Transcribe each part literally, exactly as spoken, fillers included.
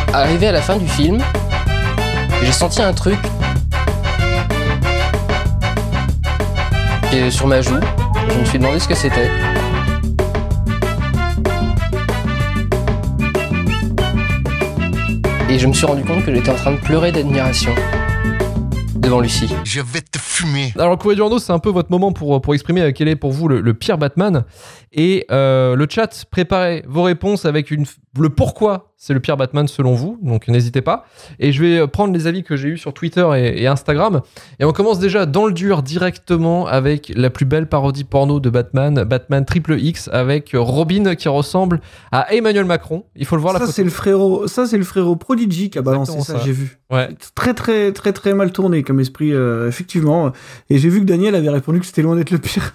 Arrivé à la fin du film, j'ai senti un truc sur ma joue. Je me suis demandé ce que c'était. Et je me suis rendu compte que j'étais en train de pleurer d'admiration devant Lucie. Je vais te fumer. Alors, Courrier du Rando, c'est un peu votre moment pour, pour exprimer quel est pour vous le, le pire Batman. Et euh, le chat, préparez vos réponses avec une, le pourquoi c'est le pire Batman selon vous. Donc, n'hésitez pas. Et je vais prendre les avis que j'ai eus sur Twitter et, et Instagram. Et on commence déjà dans le dur directement avec la plus belle parodie porno de Batman, Batman Triple X, avec Robin qui ressemble à Emmanuel Macron. Il faut le voir ça, la photo. C'est le frérot, ça, c'est le frérot Prodigy qui a balancé ça, ça, j'ai vu. Ouais. Très, très, très, très mal tourné comme esprit, euh, effectivement. Et j'ai vu que Daniel avait répondu que c'était loin d'être le pire.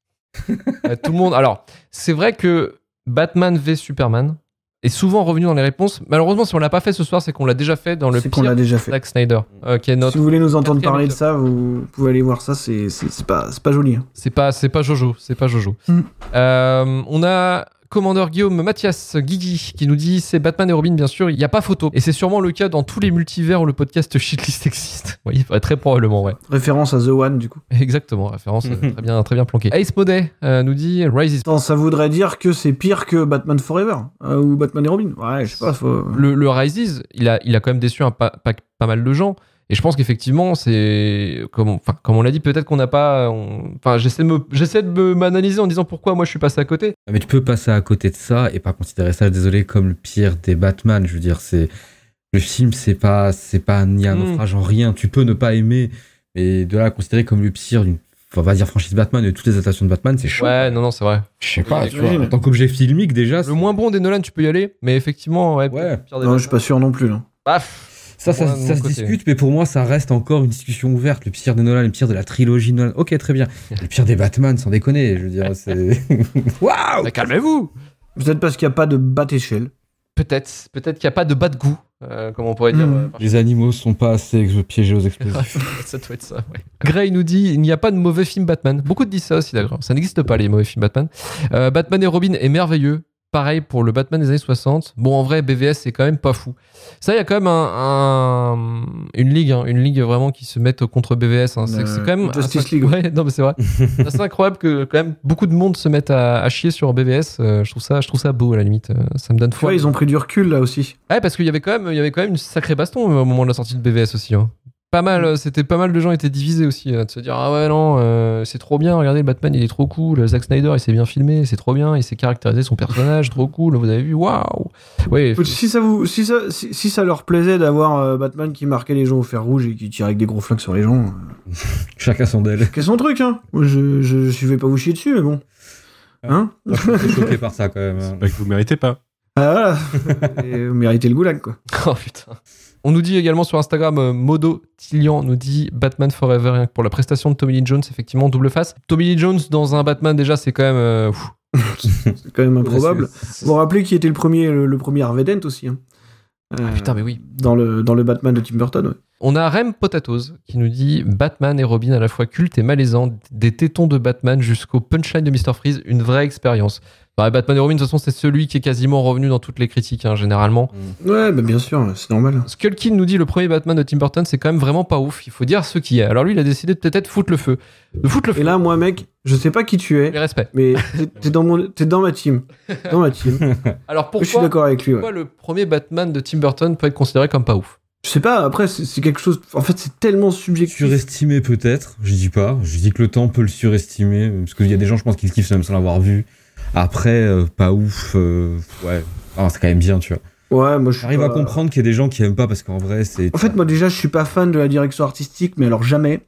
euh, tout le monde. Alors, c'est vrai que Batman v Superman est souvent revenu dans les réponses. Malheureusement, si on l'a pas fait ce soir, c'est qu'on l'a déjà fait dans le c'est pire qu'on l'a déjà fait. Zack Snyder. Euh, qui est notre si vous voulez nous entendre parler de ça, vous pouvez aller voir ça. C'est, c'est, c'est, pas, c'est pas joli. Hein. C'est pas, c'est pas Jojo. C'est pas Jojo. Mm. Euh, on a Commandeur Guillaume Mathias Guigui qui nous dit c'est Batman et Robin, bien sûr, il n'y a pas photo. Et c'est sûrement le cas dans tous les multivers où le podcast Shitlist existe. Oui, très probablement, ouais. Référence à The One, du coup. Exactement, référence euh, très bien, très bien planquée. Ace Modet euh, nous dit Rises. Attends, ça voudrait dire que c'est pire que Batman Forever euh, ou Batman et Robin. Ouais, je sais pas. Faut... Le, le Rises, il a, il a quand même déçu un pas, pas, pas mal de gens. Et je pense qu'effectivement, c'est comme on, comme on l'a dit, peut-être qu'on n'a pas. Enfin, on... j'essaie de me, j'essaie de me, m'analyser en disant pourquoi moi je suis passé à côté. Mais tu peux passer à côté de ça et pas considérer ça, désolé, comme le pire des Batman. Je veux dire, c'est le film, c'est pas, c'est pas ni un naufrage en rien. Tu peux ne pas aimer, mais de là à considérer comme le pire d'une, on va dire franchise Batman et toutes les adaptations de Batman, c'est chaud. Ouais, non, non, c'est vrai. Je sais pas, tu vois. En tant qu'objet filmique, déjà. Le moins bon des Nolan, tu peux y aller, mais effectivement, ouais. Ouais. Le pire des non, Batman. je suis pas sûr non plus. Non. Paf. Ça, ça, ça se discute, mais pour moi, ça reste encore une discussion ouverte. Le pire des Nolan, le pire de la trilogie Nolan. Ok, très bien. Le pire des Batman, sans déconner. Je veux dire, c'est. Waouh! Bah, calmez-vous! Peut-être parce qu'il n'y a pas de bat-échelle. Peut-être. Peut-être qu'il n'y a pas de bas de goût, euh, comme on pourrait dire. Mmh. Euh, Les animaux sont pas assez piégés aux explosifs. Ça doit être ça, ouais. Gray nous dit il n'y a pas de mauvais film Batman. Beaucoup disent ça aussi, d'accord. Ça n'existe pas, les mauvais films Batman. Euh, Batman et Robin est merveilleux. Pareil pour le Batman des années soixante. Bon, en vrai, B V S, c'est quand même pas fou. Ça, il y a quand même un, un, une ligue, hein, une ligue vraiment qui se met contre B V S. Hein. C'est, euh, c'est quand même Justice assez, League. Ouais, non, mais c'est vrai. C'est incroyable que quand même beaucoup de monde se mette à, à chier sur B V S. Euh, je trouve ça, je trouve ça beau à la limite. Euh, ça me donne foi. Ouais, ils ont pris du recul là aussi. Ouais, parce qu'il y avait quand même, il y avait quand même une sacrée baston au moment de la sortie de B V S aussi. Hein. Pas mal, c'était pas mal de gens étaient divisés aussi, hein, de se dire ah ouais non, euh, c'est trop bien, regardez le Batman il est trop cool, Zack Snyder il s'est bien filmé, c'est trop bien, il s'est caractérisé son personnage, trop cool, vous avez vu, waouh. Ouais. Si ça vous, si ça, si, si ça leur plaisait d'avoir euh, Batman qui marquait les gens au fer rouge et qui tirait avec des gros flingues sur les gens, euh... chacun son d'elle. Qu'est-ce son truc hein. Je, je, je vais pas vous chier dessus mais bon. Hein? Moi, je suis choqué par ça quand même. C'est pas que vous méritez pas. Ah voilà. Et vous méritez le goulag quoi. Oh putain. On nous dit également sur Instagram, euh, Modo Tillian nous dit Batman Forever, rien que pour la prestation de Tommy Lee Jones, effectivement, double face. Tommy Lee Jones dans un Batman, déjà, c'est quand même. Euh, c'est quand même improbable. Vous vous rappelez qui était le premier, le, le premier Harvey Dent aussi. Hein. Euh, ah putain, mais oui. Dans le, dans le Batman de Tim Burton, ouais. On a Rem Potatoes qui nous dit Batman et Robin à la fois culte et malaisant, des tétons de Batman jusqu'au punchline de mister Freeze, une vraie expérience. Bah, Batman et Robin, de toute façon, c'est celui qui est quasiment revenu dans toutes les critiques, hein, généralement. Ouais, bah bien sûr, c'est normal. Skullkin nous dit le premier Batman de Tim Burton, c'est quand même vraiment pas ouf. Il faut dire ce qui est. Alors lui, il a décidé de peut-être foutre le feu. De foutre le feu. Et là, moi, mec, je sais pas qui tu es. Les respects. Mais t'es, t'es, dans mon, t'es dans ma team. Dans ma team. Alors pourquoi, je suis d'accord avec lui. Pourquoi ouais. le premier Batman de Tim Burton peut être considéré comme pas ouf? Je sais pas, après, c'est, c'est quelque chose. En fait, c'est tellement subjectif. Surestimé peut-être, je dis pas. Je dis que le temps peut le surestimer. Parce qu'il y a des gens, je pense, qui le kiffent même sans l'avoir vu. Après, euh, pas ouf. Euh, ouais. Ah, c'est quand même bien, tu vois. Ouais, moi je J'arrive pas... à comprendre qu'il y a des gens qui aiment pas parce qu'en vrai, c'est. En fait, moi déjà, je suis pas fan de la direction artistique, mais alors jamais.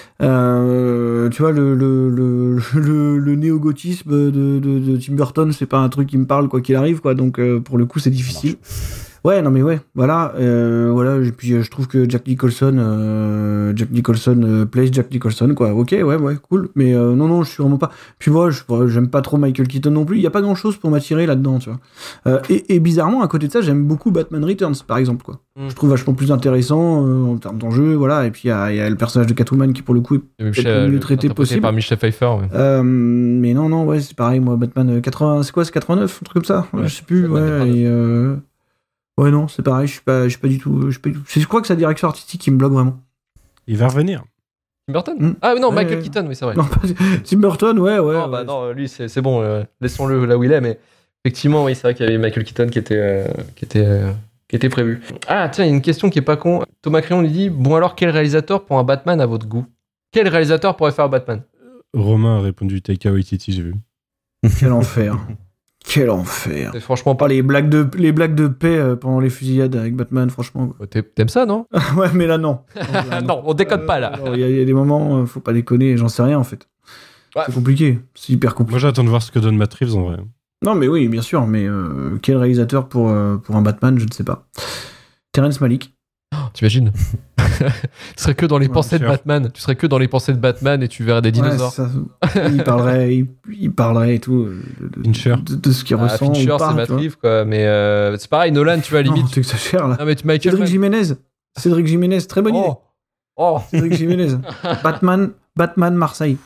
Euh, tu vois, le, le, le, le, le néo-gothisme de, de, de Tim Burton, c'est pas un truc qui me parle quoi qu'il arrive, quoi. Donc, euh, pour le coup, c'est difficile. Ouais, non mais ouais, voilà, euh, voilà. Et puis, euh, je trouve que Jack Nicholson, euh, Jack Nicholson euh, plays Jack Nicholson, quoi. Ok, ouais, ouais, cool. Mais euh, non, non, je suis vraiment pas. Puis moi, je, j'aime pas trop Michael Keaton non plus. Il y a pas grand chose pour m'attirer là-dedans, tu vois. Euh, et, et bizarrement, à côté de ça, j'aime beaucoup Batman Returns, par exemple, quoi. Mm. Je trouve vachement plus intéressant euh, en termes d'enjeu, voilà. Et puis il y, y a le personnage de Catwoman qui, pour le coup, est peut-être le mieux traité possible. Par Michelle Pfeiffer. Ouais. Euh, mais non, non, ouais, c'est pareil. Moi, Batman quatre-vingts, c'est quoi, c'est quatre-vingt-neuf, un truc comme ça. Ouais, je sais plus. Ouais. Et, euh... Ouais, non, c'est pareil, je suis pas, je suis pas du tout. Je, suis pas du tout... je crois que c'est la direction artistique qui me bloque vraiment. Il va revenir. Tim Burton Mm. Ah non, Ouais, Michael ouais. Keaton, oui, c'est vrai. Non, pas... Tim Burton, ouais, ouais. non, bah ouais. non, lui, c'est, c'est bon, euh, laissons-le là où il est, mais effectivement, oui, c'est vrai qu'il y avait Michael Keaton qui était, euh, qui était, euh, qui était prévu. Ah, tiens, il y a une question qui est pas con. Thomas Crayon lui dit, bon alors, quel réalisateur pour un Batman à votre goût? Quel réalisateur pourrait faire Batman? Romain a répondu Taika Waititi, j'ai vu. Quel enfer. Quel enfer. C'est franchement Pas pas... les blagues de, les blagues de paix euh, pendant les fusillades avec Batman, franchement. T'es- T'aimes ça, non? Ouais, mais là, non. Ah non, on déconne pas, là. Il y, a- y a des moments, euh, faut pas déconner, j'en sais rien, en fait. Ouais. C'est compliqué. C'est hyper compliqué. Moi, j'attends de voir ce que donne Matt Reeves, en vrai. Non, mais oui, bien sûr, mais euh, quel réalisateur pour, euh, pour un Batman, je ne sais pas. Terrence Malick. T'imagines? Tu serais que dans les Ouais, pensées de sûr. Batman. Tu serais que dans les pensées de Batman et tu verrais des dinosaures. Ouais, ça- il parlerait, il, il parlerait et tout euh, de, de, Fincher. de, de ce qu'il Ah, ressent. Fincher, ou pas, c'est tu Matt vois. Reeves, quoi. Mais euh, c'est pareil, Nolan, tu vois, à la Non, limite. t'exagères là. Non, mais tu Michael Cédric Mann. Jiménez. Cédric Jiménez, très bonne idée. Oh, oh. Cédric Jiménez. Batman, Batman Marseille.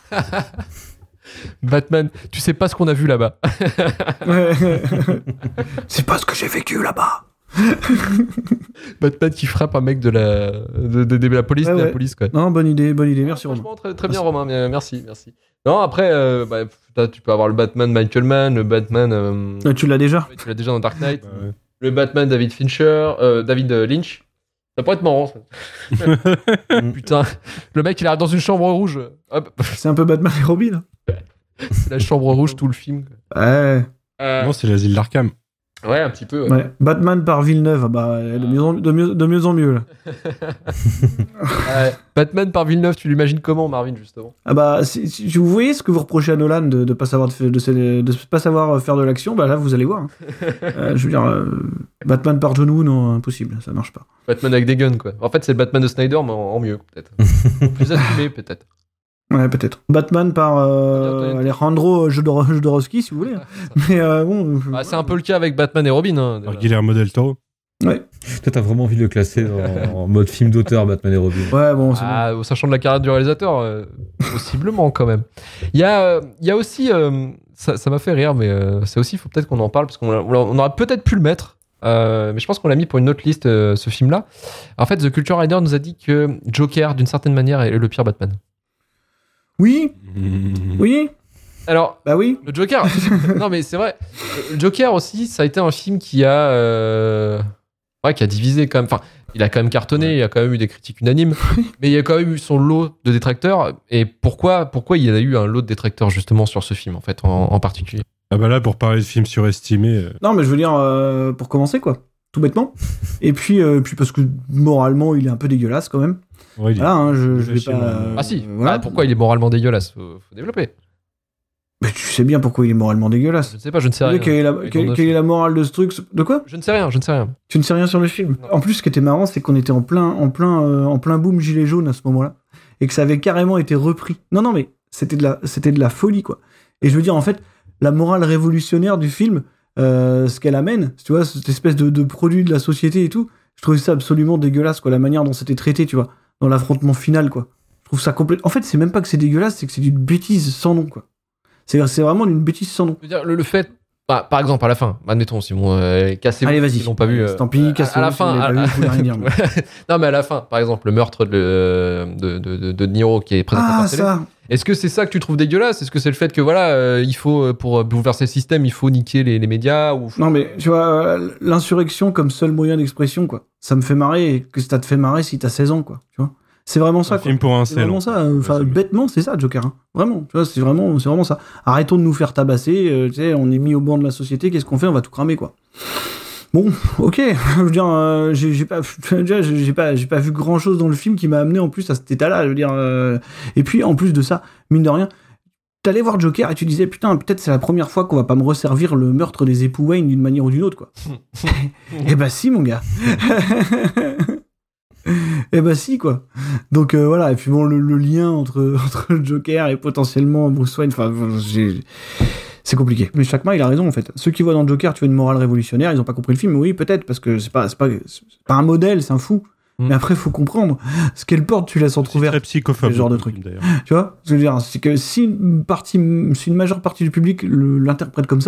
Batman, tu sais pas ce qu'on a vu là-bas. Ouais. C'est pas ce que j'ai vécu là-bas. Batman qui frappe un mec de la, de, de- de la police, Ouais, de la ouais. police, quoi. Non, bonne idée, bonne idée. Merci Romain. Franchement, très, très bien, Romain. mais, euh, Merci, merci. Non, après, euh, bah, t'as- tu peux avoir le Batman Michael Mann, le Batman. euh, Euh, Tu l'as déjà. tu l'as déjà dans Dark Knight. Bah, ouais. Le Batman David Fincher, euh, David euh, Lynch. Ça pourrait être marrant, ça. Putain, le mec il arrive dans une chambre rouge. Hop, C'est un peu Batman et Robin. c'est la chambre rouge tout le film. Ouais. Euh, Non, c'est l'asile d'Arkham. ouais, un petit peu. ouais. Ouais. Batman par Villeneuve. Ah bah, de mieux en, de mieux, de mieux en mieux là. Ouais. Batman par Villeneuve, tu l'imagines comment, Marvin, justement? Ah bah, si, si vous voyez ce que vous reprochez à Nolan de ne pas savoir de, de, de pas savoir faire de l'action, bah là vous allez voir. hein. Euh, je veux dire, euh, Batman par John Woo, non, impossible, ça marche pas. Batman avec des guns, quoi. En fait, c'est le Batman de Snyder, mais en, en mieux, peut-être. Plus assumé, peut-être. Ouais, peut-être. Batman par euh, Alejandro Jodor- Jodorowsky, si vous voulez. Mais euh, bon. euh, Ah, c'est un peu le cas avec Batman et Robin. Hein, Par Guillermo del Toro. Ouais. Toi, t'as vraiment envie de le classer en, en mode film d'auteur, Batman et Robin. Ouais, bon, c'est Ah, au sachant de la carrière du réalisateur, euh, possiblement quand même. Il y a, euh, il y a aussi, euh, ça, ça m'a fait rire, mais euh, c'est aussi, il faut peut-être qu'on en parle parce qu'on l'a- on l'a- on aurait peut-être pu le mettre, euh, mais je pense qu'on l'a mis pour une autre liste, euh, ce film-là. En fait, The Culture Rider nous a dit que Joker, d'une certaine manière, est le pire Batman. bon. Oui, Mmh. oui, Alors, bah oui. le Joker, non mais c'est vrai, le Joker aussi, ça a été un film qui a, euh, ouais, qui a divisé quand même. Enfin, il a quand même cartonné, il y a quand même eu des critiques unanimes, mais il y a quand même eu son lot de détracteurs. Et pourquoi, pourquoi il y a eu un lot de détracteurs justement sur ce film en fait, en, en particulier? Ah bah là, pour parler de films surestimés, euh, Non, mais je veux dire, euh, pour commencer, quoi. Tout bêtement. Et puis, euh, puis parce que moralement, il est un peu dégueulasse quand même. ouais, il est- Voilà, hein, je, je vais Lâchez, pas. moi. euh, Ah si. Voilà. Ah, pourquoi il est moralement dégueulasse? Faut, faut développer. Mais tu sais bien pourquoi il est moralement dégueulasse. Je ne sais pas, je ne sais Tu sais rien. quelle est, la, Avec quelle- mon quelle est neuf. la morale de ce truc? De quoi? Je ne sais rien, je ne sais rien. Tu ne sais rien sur le film. Non. En plus, ce qui était marrant, c'est qu'on était en plein, en plein, euh, en plein boom gilet jaune à ce moment-là, et que ça avait carrément été repris. Non, non, mais c'était de la, c'était de la folie, quoi. Et je veux dire, en fait, la morale révolutionnaire du film, euh, ce qu'elle amène, tu vois, cette espèce de, de produit de la société et tout, je trouvais ça absolument dégueulasse, quoi, la manière dont c'était traité, tu vois, dans l'affrontement final, quoi. Je trouve ça complètement. En fait, c'est même pas que c'est dégueulasse, c'est que c'est d'une bêtise sans nom, quoi. C'est, c'est vraiment d'une bêtise sans nom. Je veux dire, le, le fait, bah, par exemple, à la fin, admettons, si bon, euh, cassez-vous, Allez, vas-y. s'ils l'ont pas vu. euh, Tant pis, à- cassez-vous, à la si fin, vous l'avez à- pas vu, je voulais rien dire, mais- non, mais à la fin, par exemple, le meurtre de, de, de, de, de Niro qui est présenté Ah, par télé. ça. Est-ce que c'est ça que tu trouves dégueulasse? Est-ce que c'est le fait que voilà, euh, il faut euh, pour bouleverser le système, il faut niquer les, les médias ou Non, mais tu vois, euh, l'insurrection comme seul moyen d'expression, quoi. Ça me fait marrer, et que ça te fait marrer si t'as seize ans, quoi. Tu vois, c'est vraiment ça, un quoi. film pour un C'est sel. vraiment ça. euh, Enfin, Ouais, c'est vrai. bêtement, c'est ça, Joker. hein. Vraiment, tu vois, c'est vraiment, c'est vraiment ça. Arrêtons de nous faire tabasser. euh, tu sais, on est mis au banc de la société. Qu'est-ce qu'on fait? On va tout cramer, quoi. Bon, ok. Je veux dire, euh, j'ai, j'ai pas, déjà, j'ai j'ai pas, j'ai pas vu grand chose dans le film qui m'a amené en plus à cet état-là. Je veux dire, euh, et puis en plus de ça, mine de rien. T'allais voir Joker et tu disais putain, peut-être c'est la première fois qu'on va pas me resservir le meurtre des époux Wayne d'une manière ou d'une autre, quoi. Eh bah si, mon gars. Eh bah si, quoi. Donc euh, voilà, et puis bon, le, le lien entre, entre le Joker et potentiellement Bruce Wayne, enfin, j'ai... c'est compliqué. Mais Chakma, il a raison, en fait. Ceux qui voient dans Joker, tu vois une morale révolutionnaire, ils ont pas compris le film, oui, peut-être, parce que c'est pas, c'est pas, c'est pas un modèle, c'est un fou. Mm. Mais après, faut comprendre ce qu'elle porte, tu laisses C'est entrouverte. très psychophobe. ce genre de le truc. film, d'ailleurs. Tu vois, ce que je veux dire, c'est que si une partie, si une majeure partie du public le- l'interprète comme ça,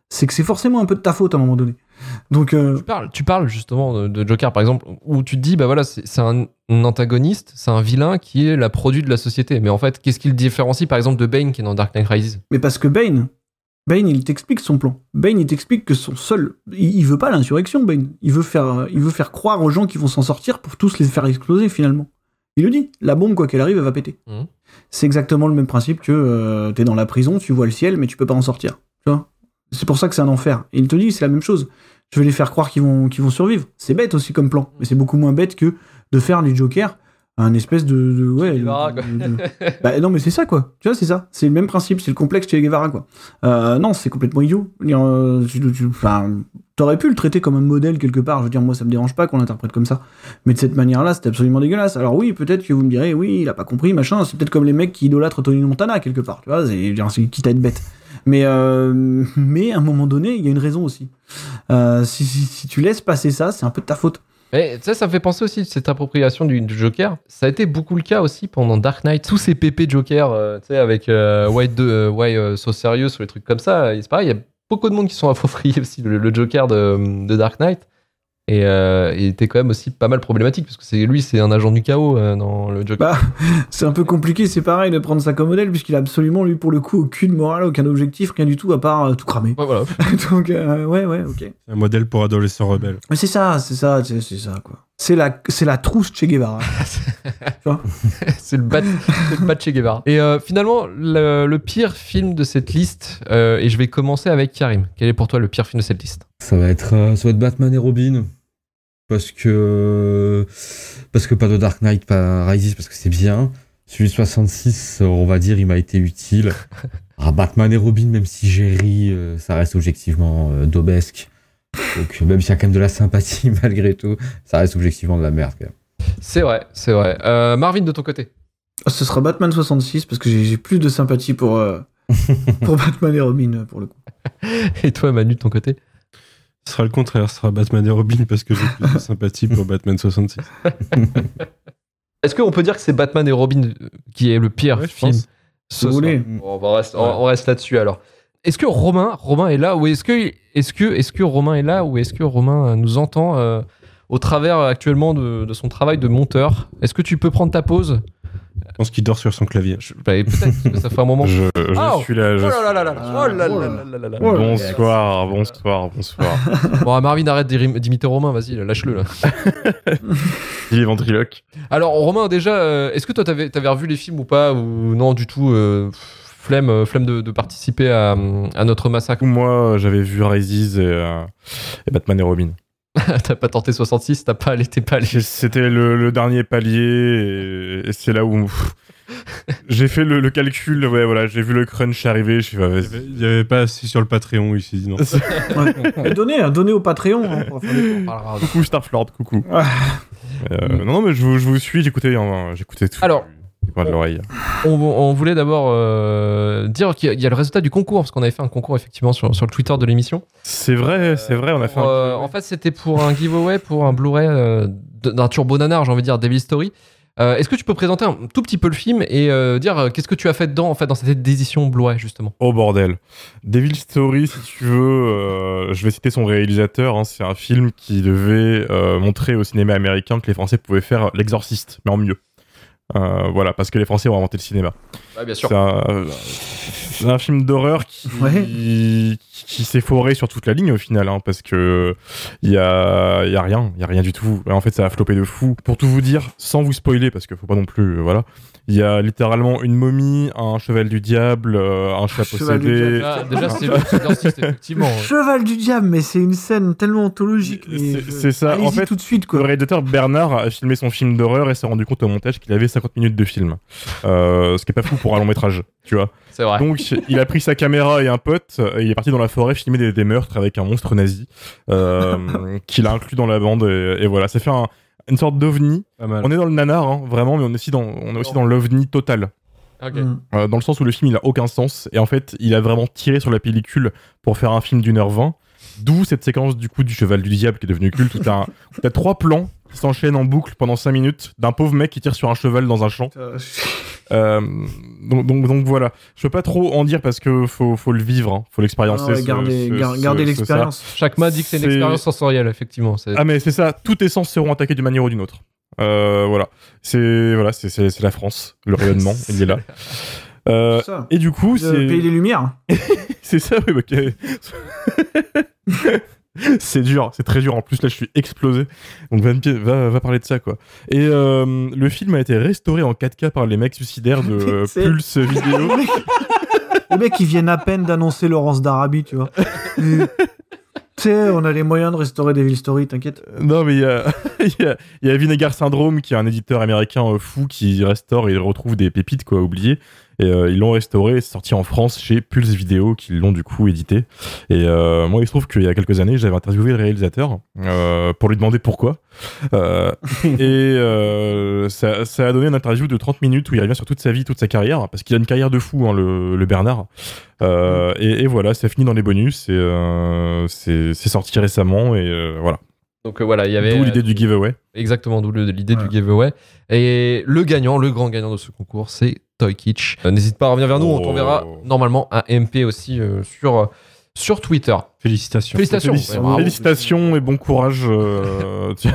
c'est que c'est forcément un peu de ta faute à un moment donné. Donc, euh... tu, parles, tu parles justement de, de Joker, par exemple, où tu te dis, bah voilà, c'est, c'est un, un antagoniste, c'est un vilain qui est la produit de la société. Mais en fait, qu'est-ce qui le différencie, par exemple, de Bane qui est dans Dark Knight Rises? Mais parce que Bane, Bane, il t'explique son plan. Bane, il t'explique que son seul... Il, il veut pas l'insurrection, Bane. Il veut, faire, il veut faire croire aux gens qui vont s'en sortir pour tous les faire exploser, finalement. Il le dit. La bombe, quoi qu'elle arrive, elle va péter. Mmh. C'est exactement le même principe que euh, t'es dans la prison, tu vois le ciel, mais tu peux pas en sortir. Tu vois ? C'est pour ça que c'est un enfer. Et il te dit, c'est la même chose. Je vais les faire croire qu'ils vont, qu'ils vont survivre. C'est bête aussi comme plan. Mais c'est beaucoup moins bête que de faire du Joker un espèce de... de ouais, de, Guevara, de, de... bah, non, mais c'est ça, quoi. Tu vois, c'est ça. C'est le même principe. C'est le complexe Che Guevara, quoi. Euh, non, c'est complètement idiot. Euh, tu, tu, t'aurais pu le traiter comme un modèle quelque part. Je veux dire, moi, ça me dérange pas qu'on l'interprète comme ça. Mais de cette manière-là, c'est absolument dégueulasse. Alors oui, peut-être que vous me direz, oui, il a pas compris, machin. C'est peut-être comme les mecs qui idolâtrent Tony Montana, quelque part. Tu vois, c'est, c'est quitte à être bête. Mais, euh, mais à un moment donné, il y a une raison aussi. Euh, si, si, si tu laisses passer ça, c'est un peu de ta faute. Et ça, ça me fait penser aussi de cette appropriation du, du Joker. Ça a été beaucoup le cas aussi pendant Dark Knight. Tous ces pépés Joker, euh, tu sais, avec euh, White de, euh, Why euh, So Serious ou les trucs comme ça, c'est pareil, il y a beaucoup de monde qui sont appropriés aussi le, le Joker de, de Dark Knight. Et euh, il était quand même aussi pas mal problématique parce que c'est, lui, c'est un agent du chaos euh, dans le Joker. Bah, c'est un peu compliqué, c'est pareil de prendre ça comme modèle puisqu'il a absolument, lui, pour le coup, aucune morale, aucun objectif, rien du tout à part euh, tout cramer. Ouais, voilà. Donc, euh, ouais, ouais, ok. C'est un modèle pour adolescents rebelles. Mais c'est ça, c'est ça, c'est, c'est ça, quoi. C'est la, c'est la trousse Che Guevara. Tu vois ? C'est le bat, c'est le bat Che Guevara. Et euh, finalement, le, le pire film de cette liste, euh, et je vais commencer avec Karim. Quel est pour toi le pire film de cette liste ? Ça va être, euh, ça va être Batman et Robin. Parce que, parce que pas de Dark Knight, pas Rises, parce que c'est bien. Celui de soixante-six, on va dire, il m'a été utile. Ah, Batman et Robin, même si j'ai ri, euh, ça reste objectivement euh, daubesque. Donc, même s'il y a quand même de la sympathie malgré tout, ça reste objectivement de la merde, quand même. C'est vrai, c'est vrai. Euh, Marvin, de ton côté ? Ce sera Batman soixante-six parce que j'ai, j'ai plus de sympathie pour, euh, pour Batman et Robin, pour le coup. Et toi, Manu, de ton côté ? Ce sera le contraire, ce sera Batman et Robin parce que j'ai plus de sympathie pour Batman soixante-six. Est-ce qu'on peut dire que c'est Batman et Robin qui est le pire ouais, je film pense. ce vous voulez. Bon, on, reste, on, on reste là-dessus alors. Est-ce que Romain, Romain est là ou est-ce que, est-ce que, est-ce que Romain est là ou est-ce que Romain nous entend euh, au travers actuellement de, de son travail de monteur ? Est-ce que tu peux prendre ta pause ? Je pense qu'il dort sur son clavier. Je, bah, peut-être, parce que ça fait un moment. Je, je Oh suis là. Je Oh là là là là Ah, Oh là oh là là. là là là. Oh là. Bonsoir, bonsoir, bonsoir. Bon, Marvin, arrête d'iri- d'imiter Romain, vas-y, lâche-le là. Il est ventriloque. Alors, Romain, déjà, euh, est-ce que toi, t'avais, t'avais revu les films ou pas ? Ou non, du tout euh, Flemme, euh, flemme de, de participer à, à notre massacre. Moi, j'avais vu Rises et, euh, et Batman et Robin. T'as pas tenté soixante-six, t'as pas allé, t'es pas allé. C'était le, le dernier palier et, et c'est là où j'ai fait le, le calcul. Ouais, voilà, j'ai vu le crunch arriver. Je suis bah, vas-y. Il n'y avait pas assez sur le Patreon ici, non. Ouais. Donnez, hein, donnez au Patreon. Hein, pour faire des- On parlera. Coucou Starflord, coucou. Ah. Euh, non, non, mais je, vous- je vous suis. J'écoutais, hein, j'écoutais tout. Alors, du coin de l'oreille. On, on voulait d'abord euh, dire qu'il y a, il y a le résultat du concours, parce qu'on avait fait un concours effectivement sur, sur le Twitter de l'émission. C'est vrai, c'est vrai. On a fait. Pour, Un... euh, en fait, c'était pour un giveaway pour un Blu-ray euh, d'un turbo nanar, j'ai envie de dire, Devil Story. Euh, est-ce que tu peux présenter un tout petit peu le film et euh, dire euh, qu'est-ce que tu as fait dedans, en fait, dans cette édition Blu-ray, justement ? Oh bordel. Devil Story, si tu veux, euh, je vais citer son réalisateur. Hein, c'est un film qui devait euh, montrer au cinéma américain que les Français pouvaient faire L'Exorciste, mais en mieux. Euh, voilà, parce que les Français ont inventé le cinéma. Ouais, bien sûr. C'est un, euh, c'est un film d'horreur qui, Ouais. qui, qui s'est foré sur toute la ligne au final, hein, parce que il y a, y a rien, il y a rien du tout. Et en fait, ça a floppé de fou. Pour tout vous dire, sans vous spoiler, parce qu'il faut pas non plus, euh, voilà. Il y a littéralement une momie, un cheval du diable, euh, un chat Cheval du possédé. Ah, déjà, c'est l'exorciste, effectivement. Cheval du diable, mais c'est une scène tellement anthologique. mais C'est- je- c'est ça, Allez-y en fait, tout de suite, Le quoi. réalisateur Bernard a filmé son film d'horreur et s'est rendu compte au montage qu'il avait cinquante minutes de film. Euh, ce qui est pas fou pour un long métrage, tu vois. C'est vrai. Donc, il a pris sa caméra et un pote, et il est parti dans la forêt filmer des, des meurtres avec un monstre nazi, euh, qu'il a inclus dans la bande, et, et voilà. Ça fait un, une sorte d'ovni. Pas mal. On est dans le nanar, hein, vraiment, mais on est aussi dans, on est aussi dans l'ovni total. Ok. Mm. Euh, dans le sens où le film, il a aucun sens, et en fait, il a vraiment tiré sur la pellicule pour faire un film d'une heure vingt. D'où cette séquence, du coup, du cheval du diable qui est devenu culte, où t'as, un- où t'as trois plans qui s'enchaînent en boucle pendant cinq minutes d'un pauvre mec qui tire sur un cheval dans un champ. Putain, Euh, donc, donc, donc voilà. Je peux pas trop en dire parce que faut, faut le vivre, hein. Faut l'expériencer. Ah ouais, ce- gardez ce- gar- ce- gardez ce- l'expérience. Chaque m'a dit que c'est une C'est- expérience sensorielle, effectivement. C'est... ça. Ah mais c'est ça. Toutes les sens seront attaqués d'une manière ou d'une autre. Euh, voilà. C'est voilà. C'est, c'est, c'est la France. Le rayonnement, il est là. Euh, C'est ça. et du coup, Le c'est pays des Lumières. c'est ça. Oui, ok. C'est dur, c'est très dur. En plus, là, je suis explosé. Donc, va, va, va parler de ça, quoi. Et euh, le film a été restauré en quatre K par les mecs suicidaires de C'est- Pulse Vidéo. Les mecs- Les mecs, ils viennent à peine d'annoncer Laurence d'Arabie, tu vois. Et- Tu sais, on a les moyens de restaurer Devil Story, t'inquiète. Non, mais il y a, il y, a, il y a Vinegar Syndrome, qui est un éditeur américain euh, fou, qui restaure et retrouve des pépites, quoi, oubliées. Et euh, ils l'ont restauré, c'est sorti en France chez Pulse Vidéo, qui l'ont du coup édité. Et euh, moi, il se trouve qu'il y a quelques années, j'avais interviewé le réalisateur euh, pour lui demander pourquoi. Euh, et euh, ça, ça a donné une interview de trente minutes où il revient sur toute sa vie, toute sa carrière, parce qu'il a une carrière de fou, hein, le, le Bernard. Euh, et, et voilà, ça finit dans les bonus, et euh, c'est, c'est sorti récemment, et euh, voilà. Donc euh, voilà, il y avait... D'où l'idée du giveaway. Exactement, d'où le- l'idée Ouais. du giveaway. Et le gagnant, le grand gagnant de ce concours, c'est Toy Kitsch. Euh, N'hésite pas à revenir vers nous, on Oh. t'enverra normalement un M P aussi euh, sur, euh, sur Twitter. Félicitations. Félicitations. Félic- Ouais, bravo. Félicitations et bon courage. euh, tu-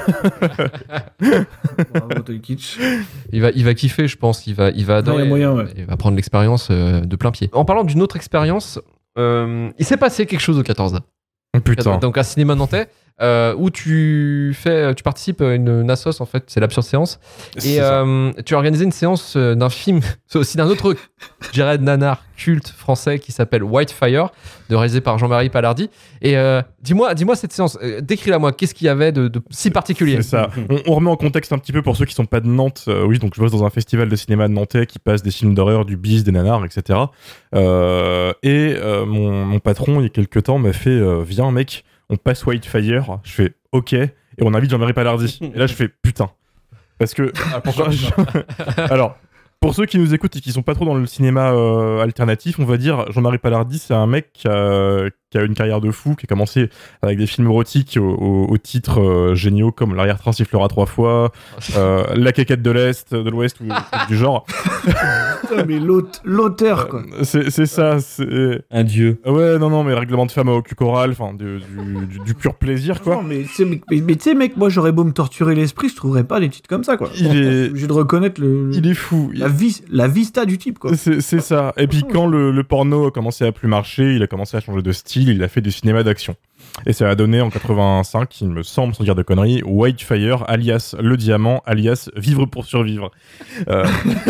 Bravo, Toy Kitsch. Il va, il va kiffer, je pense. Il va, il va adorer. Ouais, il y a moyen, ouais. Il va prendre l'expérience euh, de plein pied. En parlant d'une autre expérience, euh, il s'est passé quelque chose au quatorze Da. Putain. Donc un cinéma nantais euh, où tu fais, tu participes à une, une assos en fait, c'est l'absurde séance. C'est Et ça. euh, tu as organisé une séance euh, d'un film, c'est aussi d'un autre Jared Nanar culte français qui s'appelle Whitefire, de réalisé par Jean-Marie Palardi. Et euh, dis-moi, dis-moi cette séance, euh, décris-la moi. Qu'est-ce qu'il y avait de, de si particulier? C'est ça. On, on remet en contexte un petit peu pour ceux qui sont pas de Nantes. Euh, oui, donc je bosse dans un festival de cinéma de nantais qui passe des films d'horreur, du bis, des nanars, et cetera. Euh, et euh, mon, mon patron, il y a quelques temps, m'a fait euh, viens mec, on passe Whitefire. Je fais ok, et on invite Jean-Marie Palardi. Et là, je fais putain, parce que alors. Pour ceux qui nous écoutent et qui sont pas trop dans le cinéma euh, alternatif, on va dire Jean-Marie Palardi, c'est un mec qui a, qui a une carrière de fou, qui a commencé avec des films érotiques au, au, au titres euh, géniaux comme L'arrière-train sifflera trois fois, euh, La quéquette de l'Est, de l'Ouest ou des trucs du genre. Putain, mais l'aute- l'auteur, quoi. Euh, C'est, c'est ça. C'est... Un dieu. Ouais, non, non, mais règlement de femme au cul choral, enfin, du, du, du, du pur plaisir, quoi. Non, mais tu sais, mec, mais, mais tu sais, mec, moi, j'aurais beau me torturer l'esprit, je trouverais pas des titres comme ça, quoi. Il est- Je suis obligé de reconnaître le, Il est fou. la, vis, la vista du type, quoi. C'est, c'est ça. Et puis quand le, le porno a commencé à plus marcher, il a commencé à changer de style, il a fait du cinéma d'action. Et ça a donné en quatre-vingt-cinq, il me semble, sans dire de conneries, Whitefire, alias Le Diamant, alias Vivre pour survivre. Euh...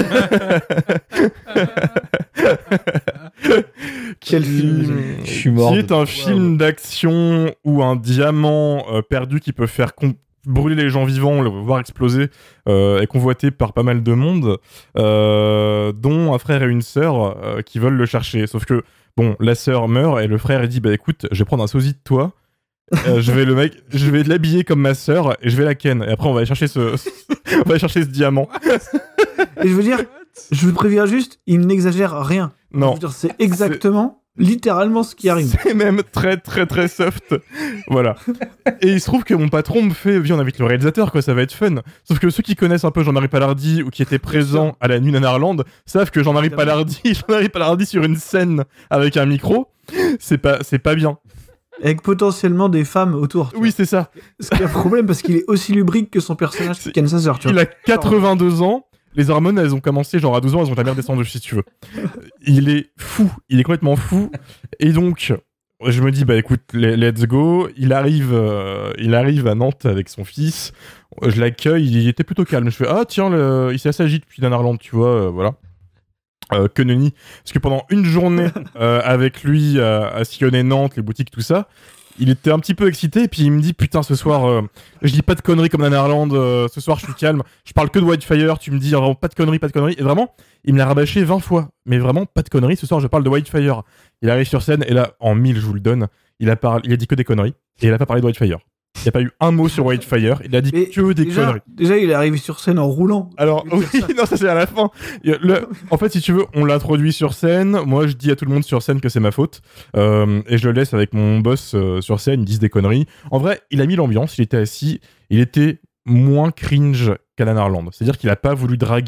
Quel Qui- film. Je suis mort Qui de- est un film d'action où un diamant euh, perdu qui peut faire com- brûler les gens vivants, le voir exploser, euh, est convoité par pas mal de monde, euh, dont un frère et une sœur euh, qui veulent le chercher. Sauf que, bon, la sœur meurt et le frère il dit bah écoute, je vais prendre un sosie de toi. Euh, je vais le mec, je vais l'habiller comme ma sœur et je vais la ken. Et après on va aller chercher ce, on va aller chercher ce diamant. Et je veux dire, je vous préviens juste, il n'exagère rien. Je Non. veux dire, c'est exactement, littéralement ce qui arrive. C'est même très très très soft. Voilà. Et il se trouve que mon patron me fait viens on invite le réalisateur quoi, ça va être fun. Sauf que ceux qui connaissent un peu Jean-Marie Palardi ou qui étaient présents à la nuit Nanarland savent que Jean-Marie Évidemment. Palardi, Jean-Marie Palardi sur une scène avec un micro, c'est pas c'est pas bien. Avec potentiellement des femmes autour. tu Oui, c'est ça. vois. Ce qui est un problème parce qu'il est aussi lubrique que son personnage qui ken sa sœur, tu Il vois. a quatre-vingt-deux ans. Les hormones, elles ont commencé genre à douze ans, elles ont jamais redescendu si tu veux. Il est fou, il est complètement fou. Et donc, je me dis bah écoute, le- let's go. Il arrive, euh, il arrive à Nantes avec son fils. Je l'accueille, il était plutôt calme. Je fais ah tiens, le... il s'est assagi depuis Nanarland, tu vois, euh, voilà. Euh, que nenni. Parce que pendant une journée euh, avec lui à, à sillonner Nantes, les boutiques, tout ça, il était un petit peu excité. Et puis il me dit putain, ce soir, euh, je dis pas de conneries comme Nanarland. Euh, ce soir, je suis calme. Je parle que de Whitefire. Tu me dis vraiment pas de conneries, pas de conneries. Et vraiment, il me l'a rabâché vingt fois. Mais vraiment, pas de conneries. Ce soir, je parle de Whitefire. Il arrive sur scène et là, en mille, je vous le donne, il a, parlé, il a dit que des conneries. Et il a pas parlé de Whitefire. Il n'y a pas eu un mot sur Whitefire. Il a dit Mais que des déjà, conneries. déjà, il est arrivé sur scène en roulant. Alors, Je veux oui, dire ça. non, ça c'est à la fin. Il y a le- En fait, si tu veux, on l'introduit sur scène. Moi, je dis à tout le monde sur scène que c'est ma faute. Euh, et je le laisse avec mon boss euh, sur scène. Ils disent des conneries. En vrai, il a mis l'ambiance. Il était assis. Il était moins cringe qu'à Nanarland. C'est-à-dire qu'il a pas voulu draguer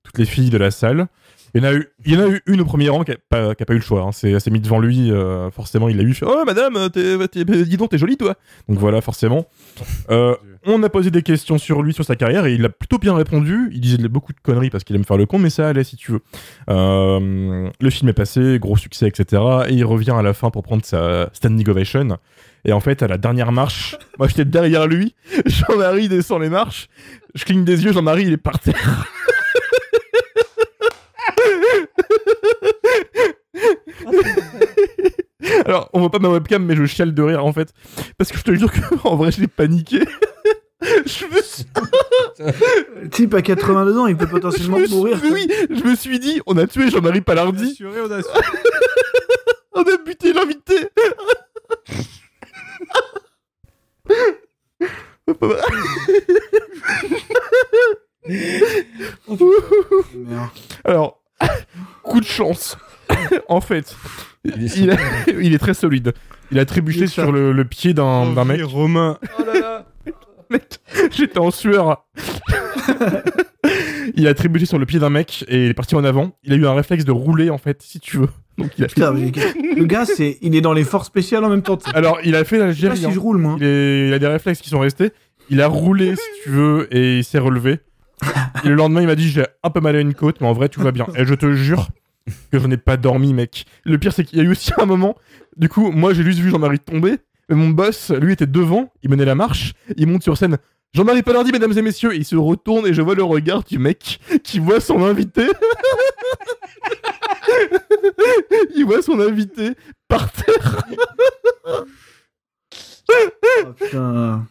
toutes les filles de la salle. Il y en a eu, il y en a eu une au premier rang qui a pas, qui a pas eu le choix. Hein. C'est, elle s'est mise devant lui. Euh, forcément, il l'a eu. Fait, oh madame, t'es, t'es, dis donc, t'es jolie toi. Donc voilà, forcément. Euh, on a posé des questions sur lui, sur sa carrière, et il a plutôt bien répondu. Il disait beaucoup de conneries parce qu'il aime faire le con, mais ça allait si tu veux. Euh, le film est passé, gros succès, et cetera. Et il revient à la fin pour prendre sa standing ovation. Et en fait, à la dernière marche, moi j'étais derrière lui. Jean-Marie descend les marches. Je cligne des yeux. Jean-Marie, il est par terre. Alors, on voit pas ma webcam, mais je chiale de rire en fait. Parce que je te jure qu'en vrai, je l'ai paniqué. Je me suis... Le type à quatre-vingt-deux ans, il peut potentiellement je me suis... mourir. Oui, je me suis dit, on a tué Jean-Marie Palardi. On a assuré, on a assuré. On a buté l'invité. Alors, coup de chance. En fait, Il est, il, a- il est très solide. Il a trébuché sur le, le pied d'un, d'un mec. Romain. Oh là là. Mec, j'étais en sueur. Il a trébuché sur le pied d'un mec et il est parti en avant. Il a eu un réflexe de rouler en fait, si tu veux. Donc il a fait... Putain, mais le gars, c'est, il est dans les forces spéciales en même temps. Je Alors il a fait sais pas l'Algérie. si hein. je roule, moi. Il, est- il a des réflexes qui sont restés. Il a roulé, si tu veux, et il s'est relevé. Et le lendemain, il m'a dit j'ai un peu mal à une côte, mais en vrai tout va bien. Et je te jure que je n'ai pas dormi, mec. Le pire, c'est qu'il y a eu aussi un moment. Du coup, moi, j'ai juste vu Jean-Marie tomber. Mais mon boss, lui, était devant. Il menait la marche. Il monte sur scène. Jean-Marie Palardi, mesdames et messieurs. Et il se retourne et je vois le regard du mec qui voit son invité. Il voit son invité par terre. Oh, putain.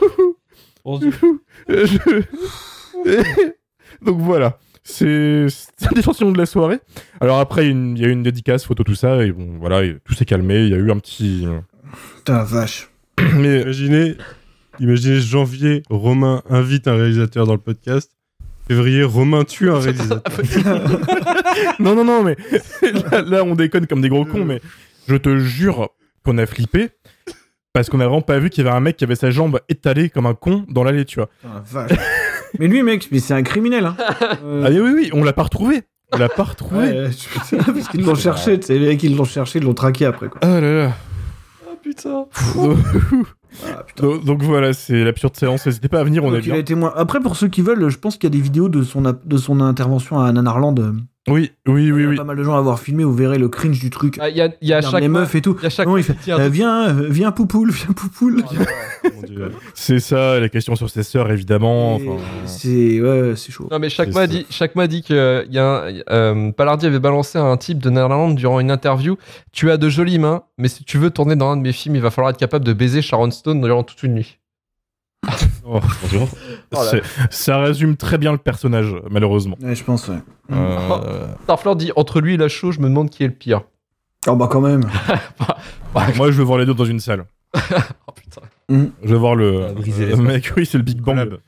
Je- Donc voilà. C'est c'est l'échantillon de la soirée. Alors après, il y a une- il y a eu une dédicace, photo, tout ça. Et bon, voilà, et tout s'est calmé. Il y a eu un petit. Putain, vache. Mais Imaginez, imaginez janvier, Romain invite un réalisateur dans le podcast. Février, Romain tue un réalisateur. non, non, non, mais là, là, on déconne comme des gros cons, mais je te jure qu'on a flippé parce qu'on a vraiment pas vu qu'il y avait un mec qui avait sa jambe étalée comme un con dans l'allée, tu vois. Putain, vache. Mais lui, mec, mais c'est un criminel. Hein. Euh, Ah oui, oui, oui, on l'a pas retrouvé. On l'a pas retrouvé. ouais, putain, parce qu'ils l'ont cherché, tu sais, les mecs, ils l'ont cherché, ils l'ont traqué après, quoi. Ah là là. Oh putain. Ah, putain. donc, donc voilà, c'est l'absurde séance. N'hésitez pas à venir, on Donc, est il a bien. été moins... Après, pour ceux qui veulent, je pense qu'il y a des vidéos de son, ap- de son intervention à Nanarland. Oui, oui, Il oui, y a oui. pas mal de gens à avoir filmé, vous verrez le cringe du truc. Ah, Il y a, il y a Regarde chaque les mois- meufs et tout. il y a chaque Non, il fait, petit- un euh, truc- viens, euh, viens poupoule, viens poupoule. Mon Dieu. C'est ça, la question sur ses sœurs, évidemment. Et Enfin, C'est ouais, c'est chaud. Non mais chaque C'est mois ça. dit, chaque mois dit que il y a un- euh, Palardi avait balancé à un type de Netherlands durant une interview. Tu as de jolies mains, mais si tu veux tourner dans un de mes films, il va falloir être capable de baiser Sharon Stone durant toute une nuit. oh, Bonjour. Oh là. c'est- ça résume très bien le personnage, malheureusement. Ouais, je pense, ouais. Euh, Starfleur dit entre lui et la chaux, je me demande qui est le pire. Oh bah quand même. Moi, je veux voir les deux dans une salle. Oh putain. Je veux voir le, Ah, briser le l'espace. mec, oui, c'est le Big Bang. Collab.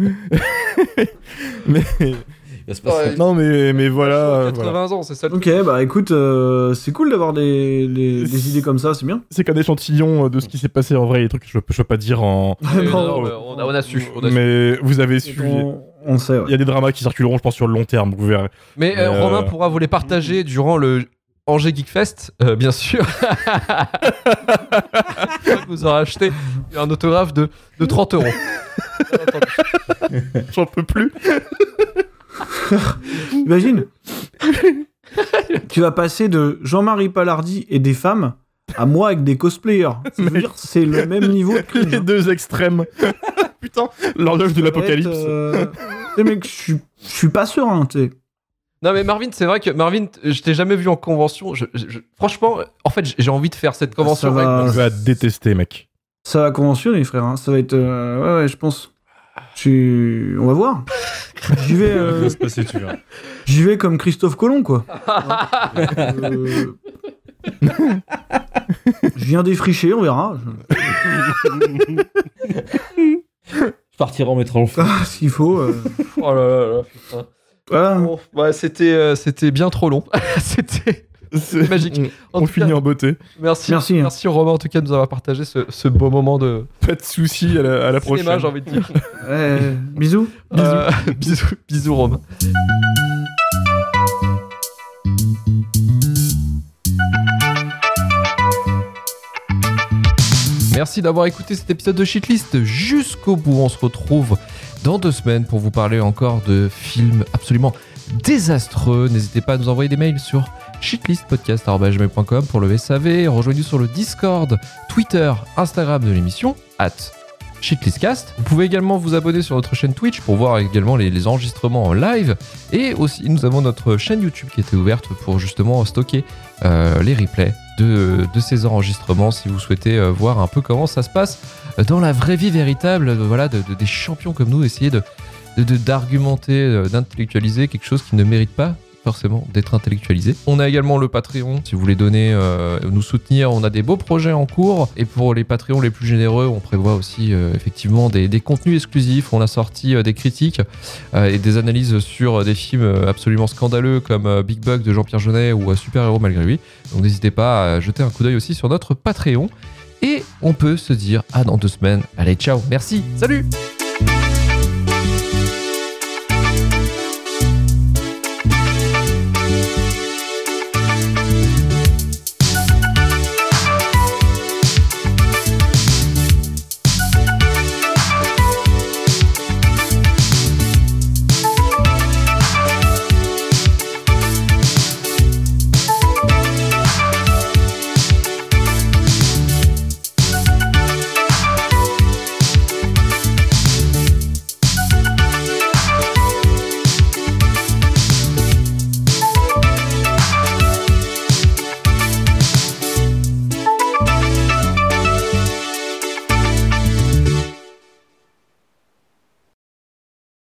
mais Il va se passer. Ouais. non, mais mais voilà, euh, quatre-vingts voilà. ans, c'est ça. le Ok, bah écoute, euh, c'est cool d'avoir des, des, des idées comme ça, c'est bien. C'est qu'un échantillon de ce qui s'est passé en vrai, les trucs que je peux, je peux pas dire en. truc. Non, Non, mais on, a, on a su. On a su. Mais vous avez su. on, on sait, ouais. Il y a des dramas qui circuleront, je pense, sur le long terme, vous verrez. Mais euh, Euh, Romain pourra vous les partager durant le Angers Geekfest, euh, bien sûr. Vous aurez acheté un autographe de, de trente euros. J'en peux plus. Imagine. Tu vas passer de Jean-Marie Palardi et des femmes à moi avec des cosplayers. Ça veut Mec. dire c'est le même niveau de cringe. Les hein. deux extrêmes. Putain, l'horloge de Ça va être, l'apocalypse. euh, Tu sais, mec, je suis- je suis pas serein, tu sais. Non mais Marvin, c'est vrai que Marvin, je t'ai jamais vu en convention. Je- je- je- franchement, en fait, j'ai envie de faire cette convention. Ça va. avec- Tu vas détester, mec. Ça va conventionner, frère. hein. Ça va être. euh, Ouais, ouais, je pense. Tu... On va voir. J'y vais, Ça euh, va se passer, tu verras. j'y vais comme Christophe Colomb, quoi. Euh, Je viens défricher, on verra. Je partirai en mettant le feu. Ah, s'il faut. euh, Oh là là là, putain. Voilà. Bon, bah, c'était, euh, c'était bien trop long. c'était C'est magique. On, En on tout finit cas, en beauté. Merci, Merci, hein. merci Romain en tout cas de nous avoir partagé ce, ce beau moment de Pas de soucis à la, à la cinéma, prochaine. j'ai envie de dire. Ouais, bisous. Euh, bisous, bisous Romain. Merci d'avoir écouté cet épisode de Shitlist jusqu'au bout. On se retrouve dans deux semaines pour vous parler encore de films absolument désastreux. N'hésitez pas à nous envoyer des mails sur shitlistpodcast arobase gmail point com pour le S A V. Rejoignez-nous sur le Discord, Twitter, Instagram de l'émission, at shitlistcast. Vous pouvez également vous abonner sur notre chaîne Twitch pour voir également les, les enregistrements en live. Et aussi, nous avons notre chaîne YouTube qui était ouverte pour justement stocker euh, les replays de, de ces enregistrements si vous souhaitez euh, voir un peu comment ça se passe dans la vraie vie véritable, euh, voilà, de, de, des champions comme nous, essayer de, de, de, d'argumenter, euh, d'intellectualiser quelque chose qui ne mérite pas forcément d'être intellectualisé. On a également le Patreon, si vous voulez donner, euh, nous soutenir, on a des beaux projets en cours, et pour les Patreons les plus généreux, on prévoit aussi euh, effectivement des, des contenus exclusifs. On a sorti euh, des critiques euh, et des analyses sur des films absolument scandaleux comme euh, Big Bug de Jean-Pierre Jeunet ou euh, Super Héros malgré lui, donc n'hésitez pas à jeter un coup d'œil aussi sur notre Patreon, et on peut se dire à dans deux semaines. Allez, ciao, merci, salut.